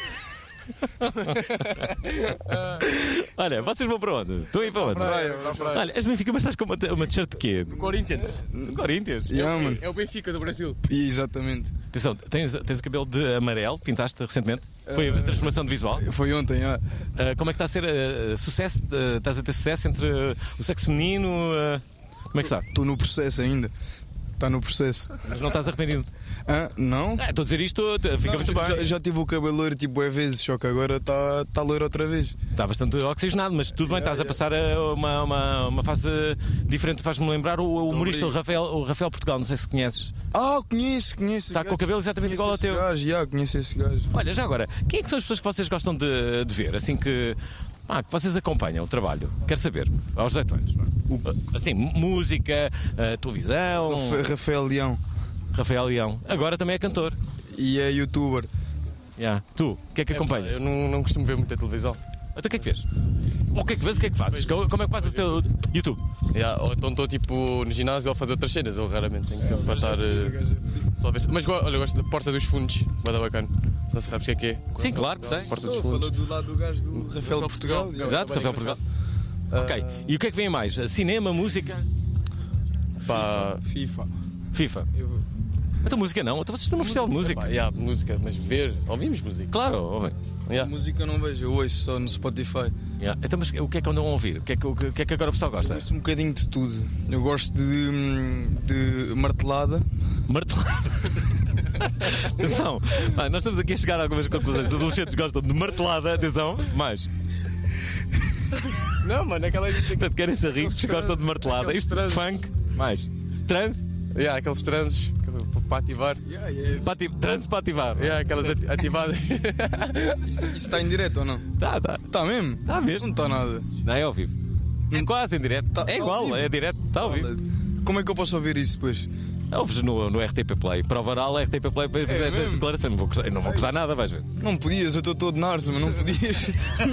Olha, vocês vão para onde? Estão aí para onde? Praia. Olha, és do Benfica, mas estás com uma t-shirt de quê? Do Corinthians. Do Corinthians? É o Benfica do Brasil. Exatamente. Atenção, tens o cabelo de amarelo, pintaste recentemente? Foi a transformação de visual? Foi ontem, como é que está a ser sucesso? Estás a ter sucesso entre o sexo feminino? Como é que está? Estou no processo ainda. Está no processo. Mas não estás arrependido? Não? Estou a dizer isto, fica muito bem. Já tive o cabelo loiro tipo vezes, só que agora está loiro outra vez. Está bastante oxigenado, mas tudo bem, estás a passar uma fase diferente. Faz-me lembrar o humorista, o Rafael Portugal, não sei se conheces. Conheço. Está com o cabelo exatamente igual ao teu. Conheço esse gajo. Olha, já agora, quem é que são as pessoas que vocês gostam de ver, assim que vocês acompanham o trabalho? Quero saber, aos 18 anos. Assim, música, televisão... Rafael Leão. Rafael Leão. Agora também é cantor. E é youtuber. Tu, o que é que acompanhas? Eu não costumo ver muita televisão. Então o que é que vês? O que é que vês? O que é que fazes? Como é que fazes o teu YouTube? Ou então estou tipo no ginásio ou a fazer outras cenas, ou raramente tenho tempo para estar só a ver. Mas olha, eu gosto da Porta dos Fundos, vai dar bacana. Não sabes o que é? Sim, claro que sei. Porta dos Fundos. Falou do lado do gajo do Rafael Portugal. Exato, Rafael Portugal. Ok, e o que é que vem mais? Cinema, música? FIFA. Então música não, então vocês estão no festival de música. Música, mas ouvimos música. Claro, ouvem. Música eu não vejo, eu ouço só no Spotify. Então, mas o que é que andam a ouvir? O que é que agora o pessoal gosta? Eu gosto um bocadinho de tudo. Eu gosto de martelada. Martelada? Atenção, nós estamos aqui a chegar a algumas conclusões. Os adolescentes gostam de martelada, atenção, mais. Não, mano, aquela... Portanto, querem ser ricos, gostam de martelada. Isto, funk, mais. Trance? Aqueles transes para ativar. Trance para ativar. Aquelas ativadas. Isso está em direto ou não? Está mesmo? Está mesmo. Não está nada. Não, é ao vivo. É quase em direto. É igual, é direto, está ao vivo. Como é que eu posso ouvir isso depois? Ouves no RTP Play. Prova oral, RTP Play para fazer estas declarações. Não vou gostar nada, vais ver. Não podias, eu estou todo na arça, mas não podias.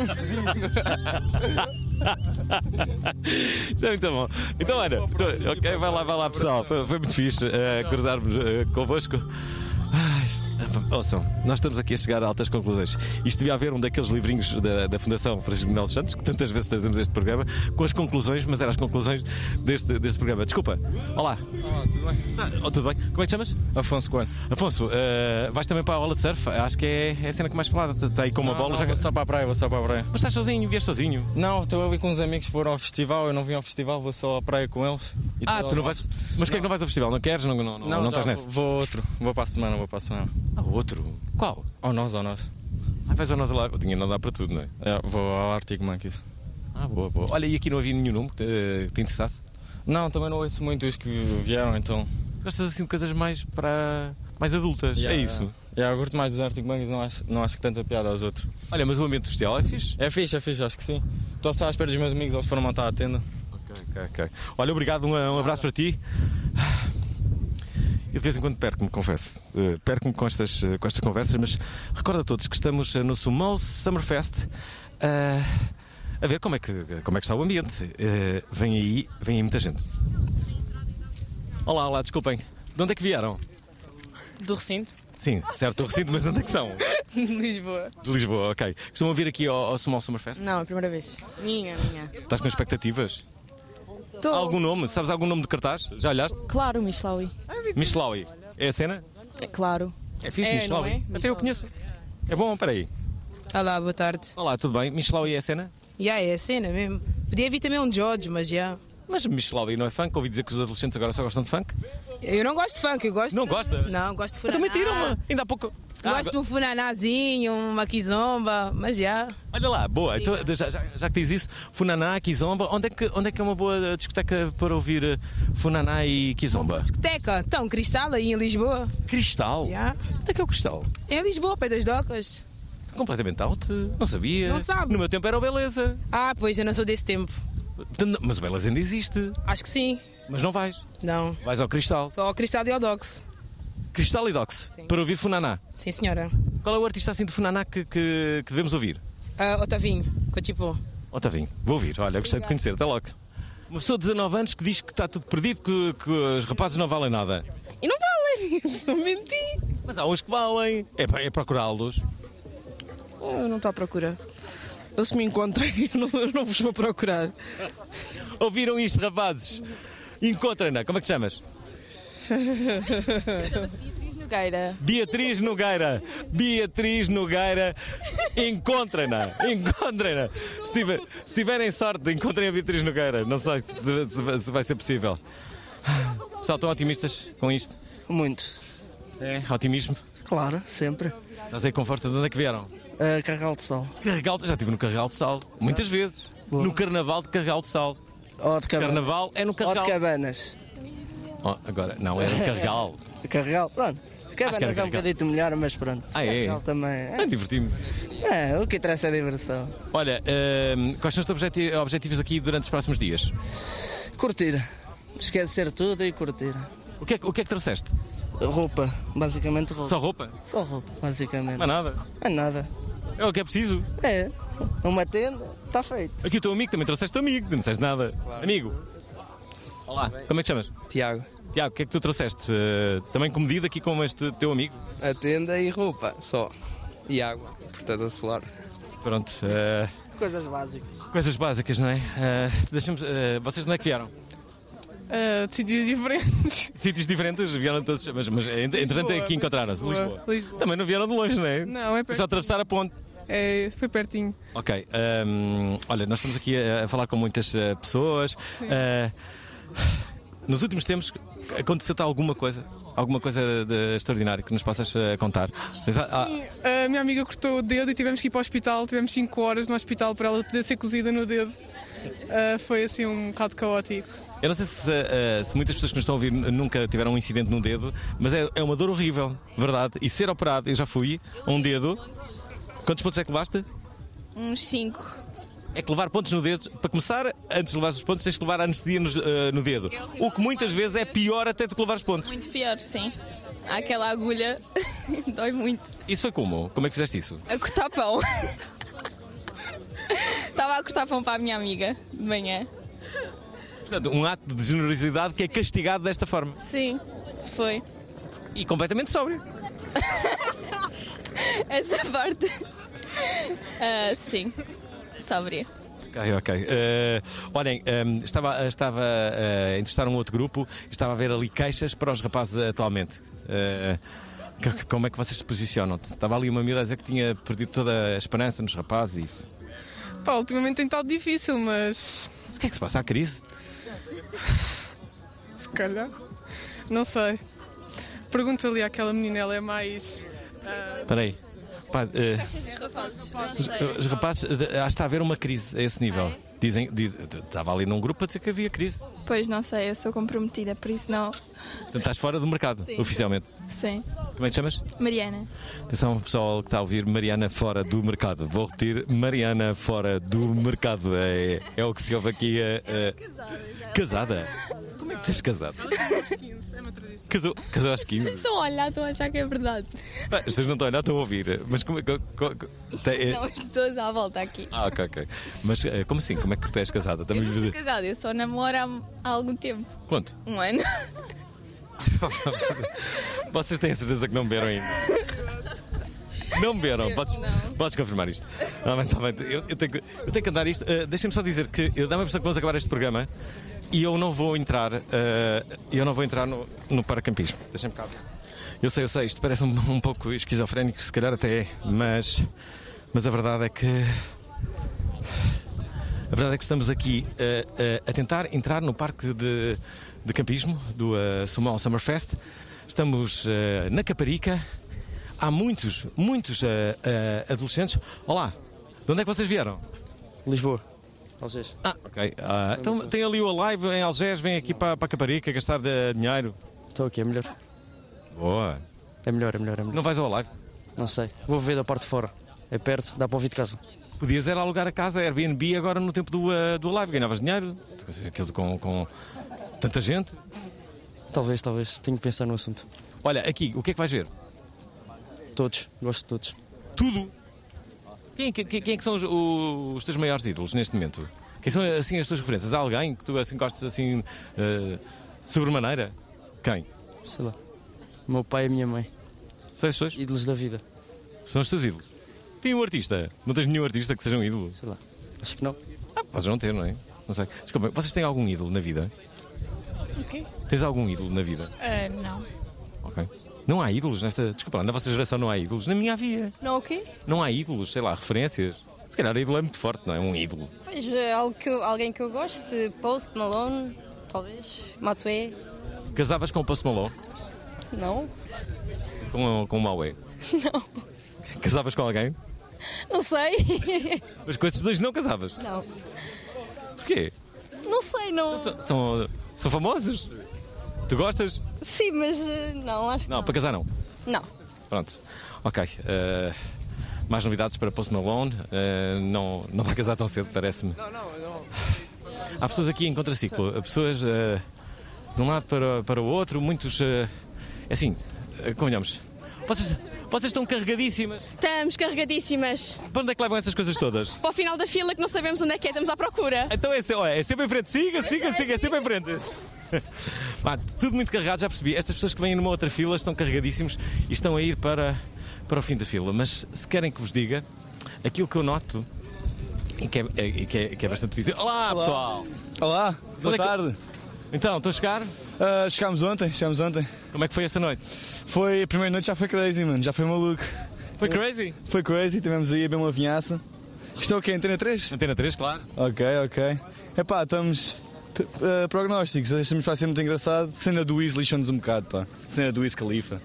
Isso é muito bom. Então, olha, ok, vai lá pessoal. Foi muito fixe cruzarmos convosco. Ouçam, nós estamos aqui a chegar a altas conclusões. Isto devia haver um daqueles livrinhos da Fundação Francisco Manuel dos Santos, que tantas vezes trazemos este programa, com as conclusões, mas eram as conclusões deste programa. Desculpa. Olá. Tudo bem? Tudo bem? Como é que te chamas? Afonso Coelho. Afonso, vais também para a aula de surf? Acho que é a cena que mais falada. Está aí com uma bola. Vou só para a praia. Mas estás sozinho? Vieste sozinho? Não, estou ali com uns amigos que foram ao festival. Eu não vim ao festival, vou só à praia com eles. Tu não vais? Mas porquê é que não vais ao festival? Não queres? Não estás nessa? Vou outro. Vou para a semana. Outro? Qual? Ao nós. Vais ao nós lá. O dinheiro não dá para tudo, não é? Vou ao Arctic Monkeys. Boa. Olha, e aqui não havia nenhum nome que te interessasse? Não, também não ouço muito os que vieram, então... Gostas assim de coisas mais adultas, é isso? Eu curto mais dos Arctic Monkeys, não acho que tanta piada aos outros. Olha, mas o ambiente do festival é fixe? É fixe, acho que sim. Estou só à espera dos meus amigos, eles foram montar a tenda. Ok. Olha, obrigado, um abraço para ti. Eu de vez em quando perco-me, confesso. Perco-me com estas conversas, mas recordo a todos que estamos no Sumol Summerfest a ver como é que está o ambiente. Vem aí muita gente. Olá, desculpem. De onde é que vieram? Do recinto. Sim, certo, do recinto, mas de onde é que são? Lisboa. De Lisboa, ok. Costumam vir aqui ao Sumol Summerfest? Não, é a primeira vez. Minha. Estás com expectativas? Tô. Algum nome? Sabes algum nome de cartaz? Já olhaste? Claro, Michelawi. Michelawi. É a cena? É claro. É fixe, Michelawi? Até eu conheço. É bom, espera aí. Olá, boa tarde. Olá, tudo bem? Michelawi é a cena? É a cena mesmo. Podia vir também um George, mas já. Mas Michelawi não é funk? Ouvi dizer que os adolescentes agora só gostam de funk? Eu não gosto de funk, eu gosto... Não gosta? Não, gosto de Então mentiram-me. Ainda há pouco... Gosto de um funanazinho, uma kizomba, mas já. Olha lá, boa. Então, já que diz isso, Funaná, Kizomba, onde é que é uma boa discoteca para ouvir Funaná e Kizomba? Discoteca? Então, Cristal aí em Lisboa. Cristal? Yeah. Onde é que é o Cristal? É em Lisboa, pé das docas. Completamente out, não sabia. Não sabe? No meu tempo era o Beleza. Ah, pois, eu não sou desse tempo. Mas o Beleza ainda existe. Acho que sim. Mas não vais? Não. Vais ao Cristal? Só ao Cristal e ao Dox. Cristal e Dox? Sim. Para ouvir Funaná? Sim, senhora. Qual é o artista assim de Funaná que devemos ouvir? Otavinho, Cotipo. Otavinho, vou ouvir. Olha, gostei de conhecer. Até logo. Uma pessoa de 19 anos que diz que está tudo perdido, que os rapazes não valem nada. E não valem, não menti. Mas há uns que valem. É procurá-los. Eu não estou à procura. Eles me encontrem, eu não vos vou procurar. Ouviram isto, rapazes? Encontrem-na. Como é que te chamas? Nogueira. Beatriz Nogueira, encontrem-na. Se tiverem sorte, encontrem a Beatriz Nogueira. Não sei se vai ser possível. Pessoal, estão otimistas com isto? Muito. É? Otimismo? Claro, sempre. Estás aí com força, de onde é que vieram? Carregal de Sal. Já estive no Carregal de Sal, muitas vezes. Boa. No Carnaval de Carregal de Sal. De Carnaval é no Carregal. Ou de Cabanas. Agora, não, é no Carregal. Carregal, pronto. Cabanas é um bocadinho melhor, mas pronto. É? Também. Diverti-me. O que interessa é a diversão. Olha, quais são os teus objetivos aqui durante os próximos dias? Curtir. Esquecer tudo e curtir. O que é que trouxeste? Roupa, basicamente roupa. Só roupa? Só roupa, basicamente. Não é nada? É nada. É o que é preciso? É. Uma tenda, está feito. Aqui o teu amigo, também trouxeste o amigo, não disseste nada. Claro. Amigo. Olá, como é que te chamas? Tiago. Tiago, o que é que tu trouxeste? Também com medida aqui com este teu amigo? A tenda e roupa, só. E água, protetor solar. Pronto. Coisas básicas. Coisas básicas, não é? Vocês de onde é que vieram? De sítios diferentes. Sítios diferentes? Vieram todos, mas entretanto aqui encontraram-se. Lisboa. Também não vieram de longe, não é? Não, é perto. Só atravessar a ponte. Foi pertinho. Ok. Olha, nós estamos aqui a falar com muitas pessoas. Nos últimos tempos, aconteceu-te alguma coisa de extraordinário que nos possas contar? Sim, a minha amiga cortou o dedo e tivemos que ir para o hospital. Tivemos 5 horas no hospital para ela poder ser cozida no dedo. Foi assim um bocado caótico. Eu não sei se muitas pessoas que nos estão a ouvir nunca tiveram um incidente no dedo, mas é uma dor horrível, verdade. E ser operado, eu já fui a um dedo. Quantos pontos é que levaste? Uns 5. É que levar pontos no dedo, para começar, antes de levar os pontos, tens que levar anestesia no dedo. O que muitas vezes é pior até do que levar os pontos. Muito pior, sim. Há aquela agulha, dói muito. Isso foi como? Como é que fizeste isso? A cortar pão. Estava a cortar pão para a minha amiga, de manhã. Portanto, um ato de generosidade que é castigado desta forma. Sim, foi. E completamente sóbrio. Essa parte. Sim, sóbria. Ok. Olhem, estava a entrevistar um outro grupo e estava a ver ali queixas para os rapazes atualmente. Como é que vocês se posicionam? Estava ali uma miúda a dizer que tinha perdido toda a esperança nos rapazes e isso. Pá, ultimamente tem estado difícil, mas... O que é que se passa? Há crise? Se calhar. Não sei. Pergunta ali àquela menina, ela é mais... Espera aí. Os rapazes, acho que está a haver uma crise a esse nível. Estava ali num grupo a dizer que havia crise. Pois, não sei, eu sou comprometida, por isso não... Portanto, estás fora do mercado, sim, oficialmente. Sim. Como é que te chamas? Mariana. Atenção, pessoal que está a ouvir, Mariana fora do mercado. Vou repetir, Mariana fora do mercado. É o que se ouve aqui. Casada? Como é que tu és casada? Casou às 15. Estou a olhar, estou a achar que é verdade. As pessoas não estão a olhar, estão a ouvir. Mas como Não, as pessoas à volta aqui. Ok. Mas como assim? Como é que tu és casada? Eu não sou casada, eu só namoro há algum tempo. Quanto? 1 ano. Vocês têm certeza que não beberam ainda? Não beberam? Podes confirmar isto? Está bem. Eu tenho que andar isto. Deixem-me só dizer que eu dá-me a impressão que vamos acabar este programa e eu não vou entrar no paracampismo. Deixem-me cá ver. Eu sei, isto parece um pouco esquizofrénico, se calhar até é, mas a verdade é que estamos aqui a tentar entrar no parque de campismo do Small Summer Fest. Estamos na Caparica, há muitos adolescentes. Olá, de onde é que vocês vieram? Lisboa, Algés. Ok. Então tem ali o Alive em Algés, vem aqui para Caparica gastar dinheiro. Estou aqui, é melhor. Boa. É melhor. Não vais ao Alive? Não sei. Vou ver da parte de fora. É perto, dá para ouvir de casa. Podias era alugar a casa Airbnb agora no tempo do Alive, ganhavas dinheiro, aquilo com tanta gente. Talvez. Tenho que pensar no assunto. Olha, aqui, o que é que vais ver? Todos. Gosto de todos. Tudo? Quem é que são os teus maiores ídolos neste momento? Quem são assim as tuas referências? Há alguém que tu assim gostes assim sobremaneira? Quem? Sei lá. O meu pai e a minha mãe. Sois? Ídolos da vida. São os teus ídolos? Tem um artista? Não tens nenhum artista que seja um ídolo? Sei lá. Acho que não. Podes não ter, não é? Não sei. Desculpa, vocês têm algum ídolo na vida? O quê? Tens algum ídolo na vida? Não. Ok. Não há ídolos nesta... Desculpa lá, na vossa geração não há ídolos. Na minha havia. Não o quê? Não há ídolos, sei lá, referências. Se calhar ídolo é muito forte, não é? Um ídolo. Pois, alguém que eu goste, Post Malone, talvez, Matuê. Casavas com o Post Malone? Não. Com o Maué? Não. Casavas com alguém? Não sei. Mas com esses dois não casavas? Não. Porquê? Não sei, não. São famosos? Tu gostas? Sim, mas não, acho que não. Para casar não? Não. Pronto. Ok. Mais novidades para Post Malone. Não vai casar tão cedo, parece-me. Não. Há pessoas aqui em contraciclo. Pessoas de um lado para o outro. Muitos... assim, convenhamos. Vocês estão carregadíssimas. Estamos carregadíssimas. Para onde é que levam essas coisas todas? Para o final da fila que não sabemos onde é que é, estamos à procura. Então é sempre em frente. Siga, é sempre em frente. Tudo muito carregado, já percebi. Estas pessoas que vêm numa outra fila estão carregadíssimos e estão a ir para o fim da fila. Mas se querem que vos diga, aquilo que eu noto e que é bastante difícil. Olá, pessoal! Olá, boa tarde. Então, estão a chegar? Chegámos ontem. Como é que foi essa noite? A primeira noite já foi crazy, mano. Já foi maluco. Foi crazy? Foi crazy, tivemos aí a beber uma vinhaça. Isto é o quê? Antena 3? Antena 3, claro. Ok. Epá, estamos... prognósticos, achamos que vai ser muito engraçado. Cena do Wiz lixou-nos um bocado, pá. Cena do Wiz Khalifa.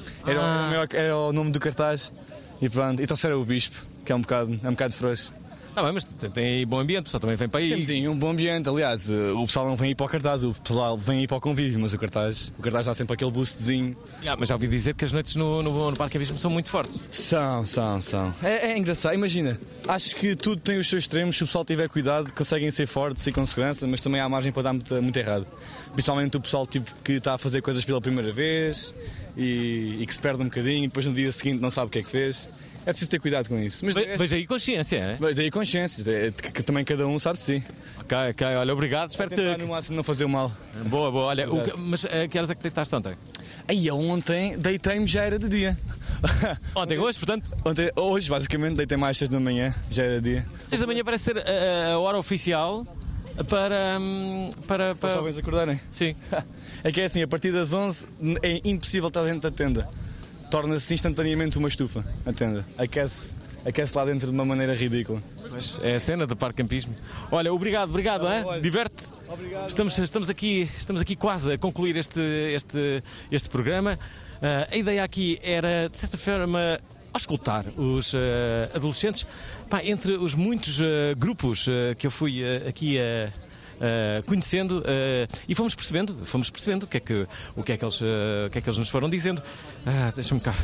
Era o nome do cartaz. E pronto, e trouxeram o Bispo, que é um bocado frouxo. Bem, mas tem aí bom ambiente, o pessoal também vem para aí. Sim, um bom ambiente. Aliás, o pessoal não vem aí para o cartaz, o pessoal vem aí para o convívio, mas o cartaz dá sempre aquele boostzinho. Mas já ouvi dizer que as noites no Parque Abismo são muito fortes. São. É engraçado, imagina. Acho que tudo tem os seus extremos, se o pessoal tiver cuidado, conseguem ser fortes e com segurança, mas também há margem para dar muito errado. Principalmente o pessoal que está a fazer coisas pela primeira vez e que se perde um bocadinho e depois no dia seguinte não sabe o que é que fez. É preciso ter cuidado com isso. Mas aí consciência, é? Veja aí consciência, que também cada um sabe de si. Ok, olha, obrigado. Espero que no máximo não fazer o mal. Boa, olha, mas que horas é que deitaste ontem? Aí ontem deitei-me, já era de dia. Hoje, portanto? Hoje, basicamente, deitei mais às 6 da manhã, já era dia. 6 da manhã parece ser a hora oficial para os jovens acordarem? Sim. É que é assim, a partir das 11 é impossível estar dentro da tenda. Torna-se instantaneamente uma estufa, a tenda. Aquece lá dentro de uma maneira ridícula. É a cena do parque campismo. Olha, obrigado, diverte-te. Estamos aqui quase a concluir este programa. A ideia aqui era, de certa forma, auscultar os adolescentes, entre os muitos grupos que eu fui aqui conhecendo e fomos percebendo o que é que eles nos foram dizendo. Deixa-me cá.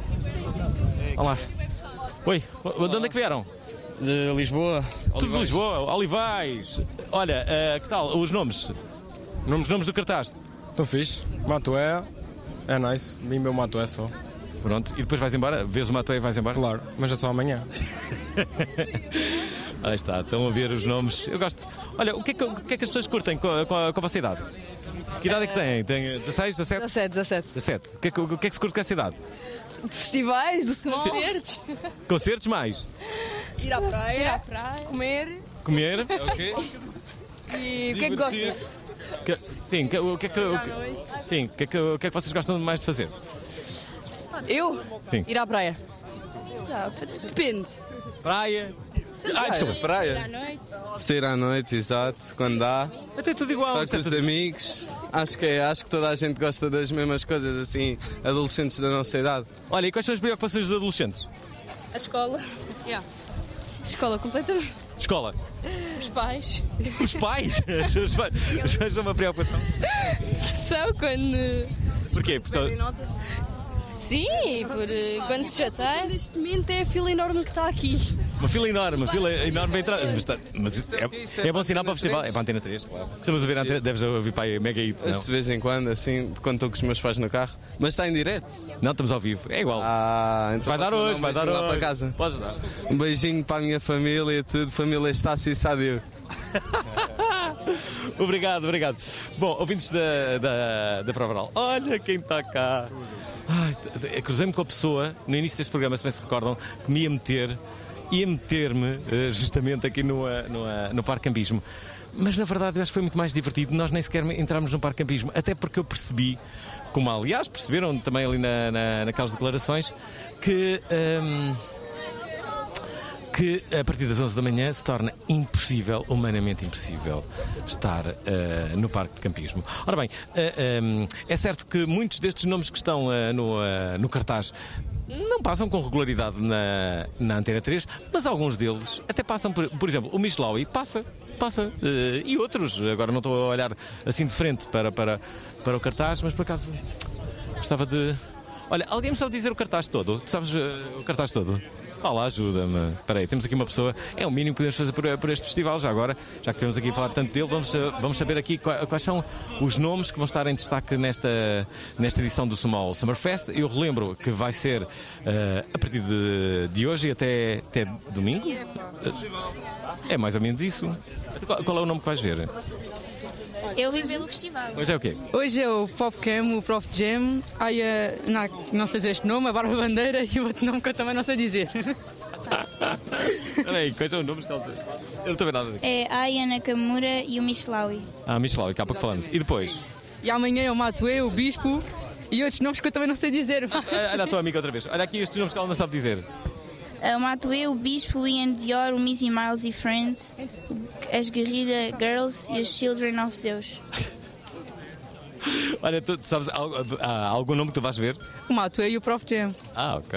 Olá. Oi, de onde é que vieram? De Lisboa. Tudo de Lisboa, Olivais. Olha, que tal os nomes? Nomes do cartaz. Estou fixe. Matué, é nice. Vim ver o Matué só. Pronto, e depois vais embora? Vês o Matué e vais embora? Claro, mas é só amanhã. Aí está, estão a ver os nomes. Eu gosto. Olha, o que é que as pessoas curtem com a vossa idade? Que idade é que têm? Tem 16, 17? 17. O que é que se curte com essa idade? Festivais, do small. Concertos. Concertos mais? Ir à praia. Comer. Comer? Ok. E o que é que gostas? Sim, o que é que vocês gostam mais de fazer? Eu? Sim. Ir à praia. Depende. Praia? Desculpa. Praia. Sair à noite, exato, quando dá. Até tudo igual. Estar com os amigos. Acho que toda a gente gosta das mesmas coisas, assim, adolescentes da nossa idade. Olha, e quais são as preocupações dos adolescentes? A escola. Escola completamente. Escola. Os pais. Os pais? Os pais são uma preocupação. São quando... Porquê? Porque... Sim, quando se chateia. Neste momento é a fila enorme que está aqui. Uma fila enorme para entrar. Mas é bom sinal para o festival. É para a Antena 3, claro. Costumas ouvir a Antena, deves ouvir para a Mega Hits, não? De vez em quando, assim, quando estou com os meus pais no carro. Mas está em direto? Não, estamos ao vivo. É igual. Então vai dar hoje, vai dar hoje. Lá para casa. Podes dar. Um beijinho para a minha família e tudo. Família Estácio e Sadio. Obrigado. Bom, ouvintes da Prova Oral. Olha quem está cá. Cruzei-me com a pessoa, no início deste programa, se bem se recordam, que me ia meter-me justamente aqui no Parque Campismo. Mas na verdade eu acho que foi muito mais divertido nós nem sequer entrarmos no Parque Campismo, até porque eu percebi, como aliás perceberam também ali naquelas declarações, que a partir das 11 da manhã se torna impossível, humanamente impossível, estar no Parque de Campismo. Ora bem, é certo que muitos destes nomes que estão no cartaz não passam com regularidade na Antena 3, mas alguns deles até passam, por exemplo, o Michelaui passa, e outros, agora não estou a olhar assim de frente para o cartaz, mas por acaso gostava de... Olha, alguém me sabe dizer o cartaz todo? Tu sabes o cartaz todo? Olá, ajuda-me. Espera aí, temos aqui uma pessoa. É o mínimo que podemos fazer por este festival já agora. Já que temos aqui a falar tanto dele, vamos saber aqui quais são os nomes que vão estar em destaque nesta edição do Small Summer Fest. Eu relembro que vai ser a partir de hoje e até domingo. É mais ou menos isso. Qual é o nome que vais ver? Eu vim pelo festival. Hoje é o quê? Hoje é o PopCam, o Prof Jam, não sei dizer este nome, a Bárbara Bandeira e o outro nome que eu também não sei dizer. Espera aí, quais são os nomes que estão a dizer? Eu não estou a ver nada. É a Aya Nakamura e o Michelaui. Michelaui, cá há pouco falamos. E depois? E amanhã é o Matuê, o Bispo e outros nomes que eu também não sei dizer. Olha a tua amiga outra vez. Olha aqui estes nomes que ela não sabe dizer. O Matuê, o Bispo, o Ian Dior, o Missy Miles e Friends, as Guerrilla Girls e os Children of Zeus. Olha, tu sabes há algum nome que tu vais ver? O Matuê e o Prof Jam. Ok.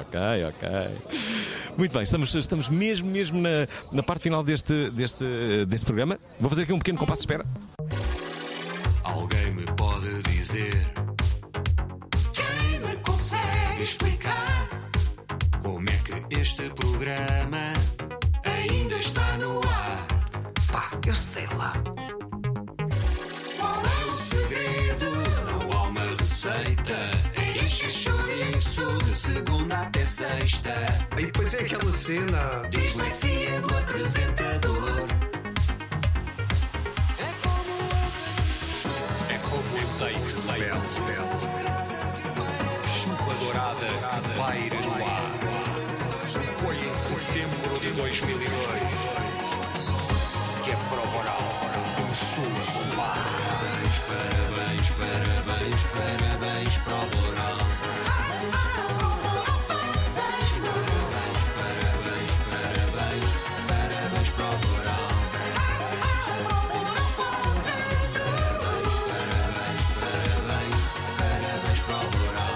Muito bem, estamos mesmo na parte final deste programa. Vou fazer aqui um pequeno compasso de espera. Alguém me pode dizer? Quem me consegue explicar? Como é que este programa ainda está no ar? Pá, eu sei lá. Qual é o segredo? Não há uma receita. Enche chouriço de segunda até sexta. E depois é aquela cena. Dislexia do apresentador. É como azeite rebelde. Chuva dourada que paira no ar. Foi em setembro de 2002 que a Prova Oral começou a bombar. Parabéns, Prova Oral. Parabéns, Prova Oral. Parabéns, Prova Oral.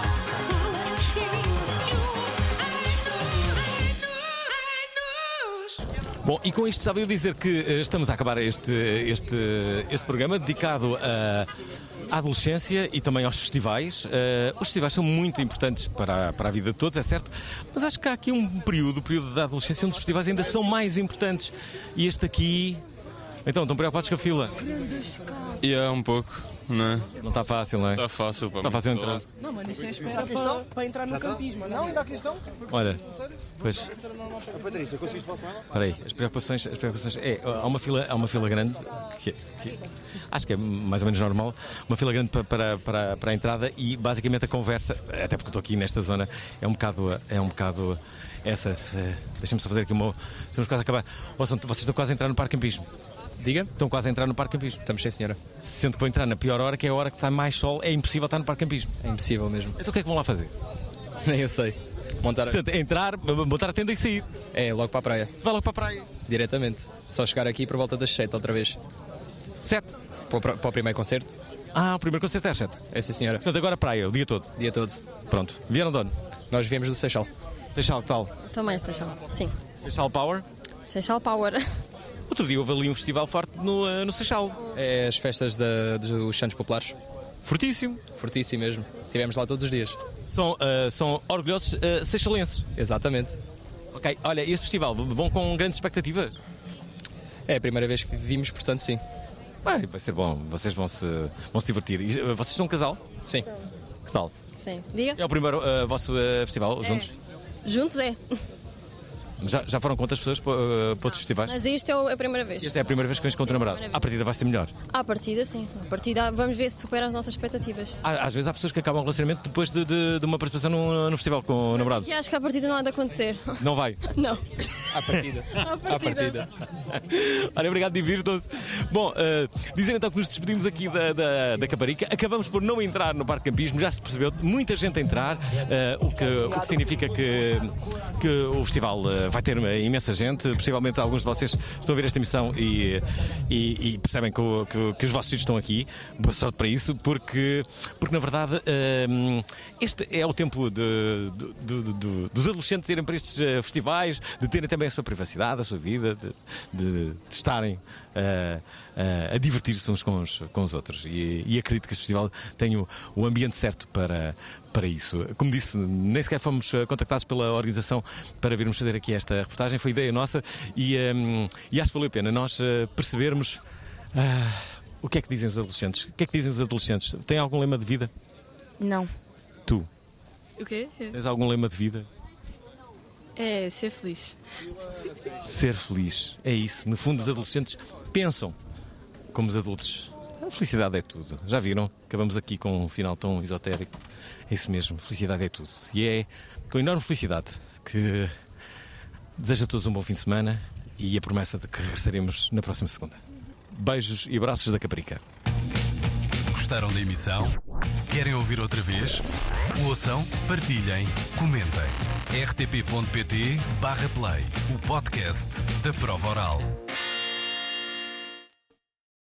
Bom, e com isto estava eu a dizer que estamos a acabar este programa dedicado à adolescência e também aos festivais. Os festivais são muito importantes para a vida de todos, é certo, mas acho que há aqui o período da adolescência onde os festivais ainda são mais importantes. E este aqui... Então, estão preocupados com a fila? E é um pouco, não é? Não está fácil, não é? Está fácil para Está fácil entrar. Não, mano, isso é espera para entrar no campismo. Não, ainda há questão? Olha, pois... Patrícia, conseguiste falar com ela? Espera aí, as preocupações há uma fila grande que acho que é mais ou menos normal, uma fila grande para a entrada e basicamente a conversa, até porque estou aqui nesta zona, é um bocado essa. Deixa-me só fazer aqui estamos quase a acabar. Ouçam, vocês estão quase a entrar no Parque Campismo. Diga? Estão quase a entrar no Parque Campismo. Estamos sim, senhora. Sendo que vão entrar na pior hora, que é a hora que está mais sol, é impossível estar no Parque Campismo. É impossível mesmo. Então o que é que vão lá fazer? Nem eu sei. Portanto, entrar, montar a tenda e sair. É, logo para a praia. Vai logo para a praia. Diretamente. Só chegar aqui por volta das 7 outra vez. 7? Para o primeiro concerto. O primeiro concerto é às 7? É, sim, senhora. Portanto, agora praia, o dia todo? Dia todo. Pronto. Vieram de onde? Nós viemos do Seixal. Seixal, que tal? Também Seixal, sim. Seixal Power? Seixal Power. Outro dia houve ali um festival forte no Seixal. É as festas dos Santos Populares. Fortíssimo. Fortíssimo mesmo. Estivemos lá todos os dias. São orgulhosos seixalenses. Exatamente. Ok, olha, este festival vão com grande expectativa? É a primeira vez que vimos, portanto sim. Vai ser bom, vocês vão se divertir. Vocês são um casal? Sim. Que tal? Sim. Diga. É o primeiro vosso festival, juntos? Juntos é. Já foram com outras pessoas para outros festivais? Mas isto é a primeira vez. Esta é a primeira vez que vens com o teu namorado. À partida vai ser melhor? À partida, sim. À partida, vamos ver se supera as nossas expectativas. Às vezes há pessoas que acabam o relacionamento depois de uma participação no festival com o namorado. E acho que à partida não há de acontecer. Não vai? Não. À partida. À partida. Olha, obrigado, divirtam-se. Bom, dizer então que nos despedimos aqui da Caparica. Acabamos por não entrar no Parque Campismo, já se percebeu, muita gente a entrar, o que significa que o festival vai ter imensa gente. Possivelmente alguns de vocês estão a ver esta emissão e percebem que os vossos filhos estão aqui. Boa sorte para isso, porque na verdade este é o tempo dos adolescentes irem para estes festivais, de terem também a sua privacidade, a sua vida, de estarem a divertir-se uns com os outros. E acredito que este festival tem o ambiente certo para isso. Como disse, nem sequer fomos contactados pela organização para virmos fazer aqui esta reportagem. Foi ideia nossa e acho que valeu a pena nós percebermos o que é que dizem os adolescentes. O que é que dizem os adolescentes? Têm algum lema de vida? Não. Tu? O quê? Tens algum lema de vida? É ser feliz. Ser feliz, é isso. No fundo, os adolescentes pensam como os adultos. A felicidade é tudo. Já viram? Acabamos aqui com um final tão esotérico. É isso mesmo, felicidade é tudo. E é com enorme felicidade que desejo a todos um bom fim de semana e a promessa de que regressaremos na próxima segunda. Beijos e abraços da Caparica. Gostaram da emissão? Querem ouvir outra vez? Ouçam, partilhem, comentem. rtp.pt/play, o podcast da Prova Oral.